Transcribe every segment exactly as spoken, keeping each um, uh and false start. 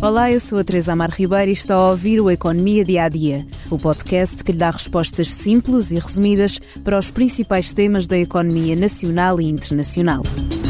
Olá, eu sou a Teresa Amar Ribeiro e está a ouvir o Economia Dia a Dia, o podcast que lhe dá respostas simples e resumidas para os principais temas da economia nacional e internacional.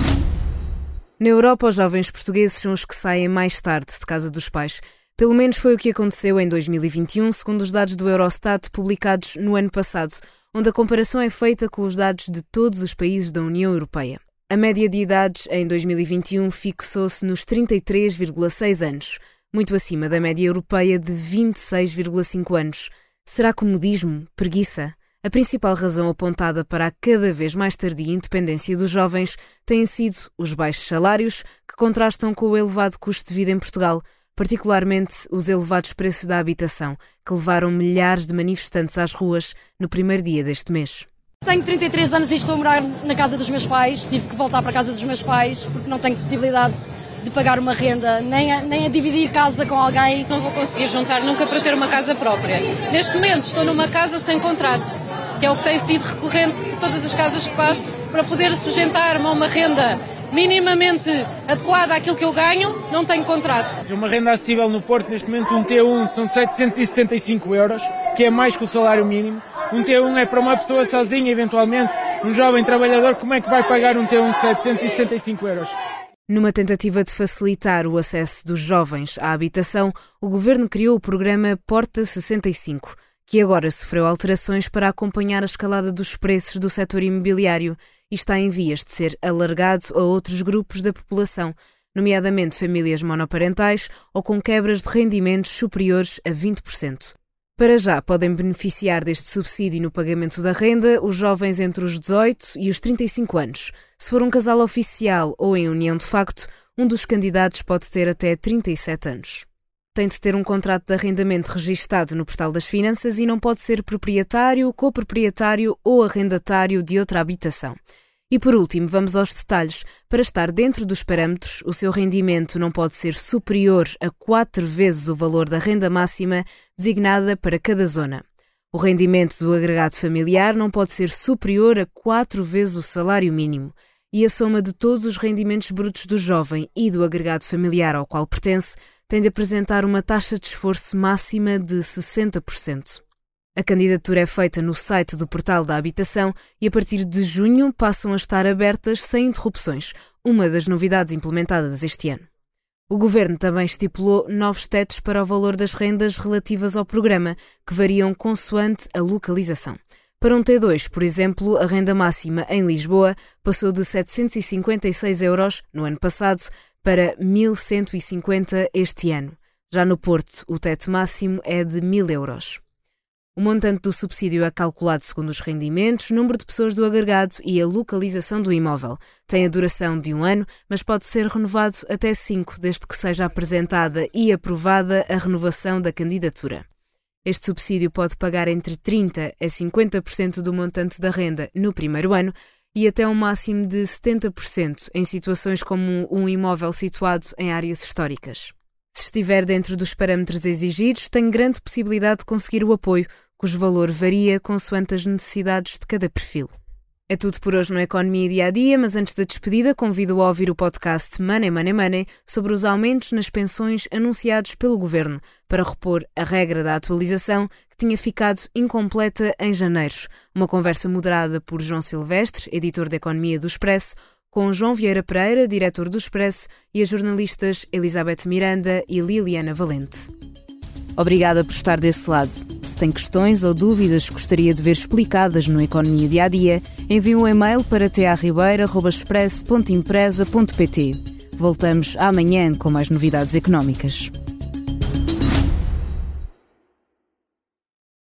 Na Europa, os jovens portugueses são os que saem mais tarde de casa dos pais. Pelo menos foi o que aconteceu em dois mil e vinte e um, segundo os dados do Eurostat publicados no ano passado, onde a comparação é feita com os dados de todos os países da União Europeia. A média de idades em dois mil e vinte e um fixou-se nos trinta e três vírgula seis anos, muito acima da média europeia de vinte e seis vírgula cinco anos. Será comodismo? Preguiça? A principal razão apontada para a cada vez mais tardia independência dos jovens têm sido os baixos salários, que contrastam com o elevado custo de vida em Portugal, particularmente os elevados preços da habitação, que levaram milhares de manifestantes às ruas no primeiro dia deste mês. Tenho trinta e três anos e estou a morar na casa dos meus pais. Tive que voltar para a casa dos meus pais porque não tenho possibilidade de pagar uma renda, nem a, nem a dividir casa com alguém. Não vou conseguir juntar nunca para ter uma casa própria. Neste momento estou numa casa sem contrato, que é o que tem sido recorrente por todas as casas que passo, para poder sustentar-me a uma renda minimamente adequada àquilo que eu ganho, não tenho contrato. Uma renda acessível no Porto, neste momento um T um são setecentos e setenta e cinco euros, que é mais que o salário mínimo. Um T um é para uma pessoa sozinha, eventualmente, um jovem trabalhador, como é que vai pagar um T um de setecentos e setenta e cinco euros? Numa tentativa de facilitar o acesso dos jovens à habitação, o Governo criou o programa Porta sessenta e cinco, que agora sofreu alterações para acompanhar a escalada dos preços do setor imobiliário e está em vias de ser alargado a outros grupos da população, nomeadamente famílias monoparentais ou com quebras de rendimentos superiores a vinte por cento. Para já podem beneficiar deste subsídio no pagamento da renda os jovens entre os dezoito e os trinta e cinco anos. Se for um casal oficial ou em união de facto, um dos candidatos pode ter até trinta e sete anos. Tem de ter um contrato de arrendamento registado no Portal das Finanças e não pode ser proprietário, coproprietário ou arrendatário de outra habitação. E por último, vamos aos detalhes. Para estar dentro dos parâmetros, o seu rendimento não pode ser superior a quatro vezes o valor da renda máxima designada para cada zona. O rendimento do agregado familiar não pode ser superior a quatro vezes o salário mínimo. E a soma de todos os rendimentos brutos do jovem e do agregado familiar ao qual pertence tem de apresentar uma taxa de esforço máxima de sessenta por cento. A candidatura é feita no site do Portal da Habitação e a partir de junho passam a estar abertas sem interrupções, uma das novidades implementadas este ano. O Governo também estipulou novos tetos para o valor das rendas relativas ao programa, que variam consoante a localização. Para um T dois, por exemplo, a renda máxima em Lisboa passou de setecentos e cinquenta e seis euros no ano passado para mil cento e cinquenta este ano. Já no Porto, o teto máximo é de mil euros. O montante do subsídio é calculado segundo os rendimentos, número de pessoas do agregado e a localização do imóvel. Tem a duração de um ano, mas pode ser renovado até cinco, desde que seja apresentada e aprovada a renovação da candidatura. Este subsídio pode pagar entre trinta por cento a cinquenta por cento do montante da renda no primeiro ano e até um máximo de setenta por cento em situações como um imóvel situado em áreas históricas. Se estiver dentro dos parâmetros exigidos, tem grande possibilidade de conseguir o apoio, cujo valor varia consoante as necessidades de cada perfil. É tudo por hoje no Economia Dia a Dia, mas antes da despedida convido a ouvir o podcast Money Money Money sobre os aumentos nas pensões anunciados pelo Governo para repor a regra da atualização que tinha ficado incompleta em janeiro. Uma conversa moderada por João Silvestre, editor da Economia do Expresso, com João Vieira Pereira, diretor do Expresso, e as jornalistas Elizabeth Miranda e Liliana Valente. Obrigada por estar desse lado. Se tem questões ou dúvidas que gostaria de ver explicadas no Economia Dia a Dia, envie um e-mail para t a ribeiro arroba expresso ponto empresa ponto p t. Voltamos amanhã com mais novidades económicas.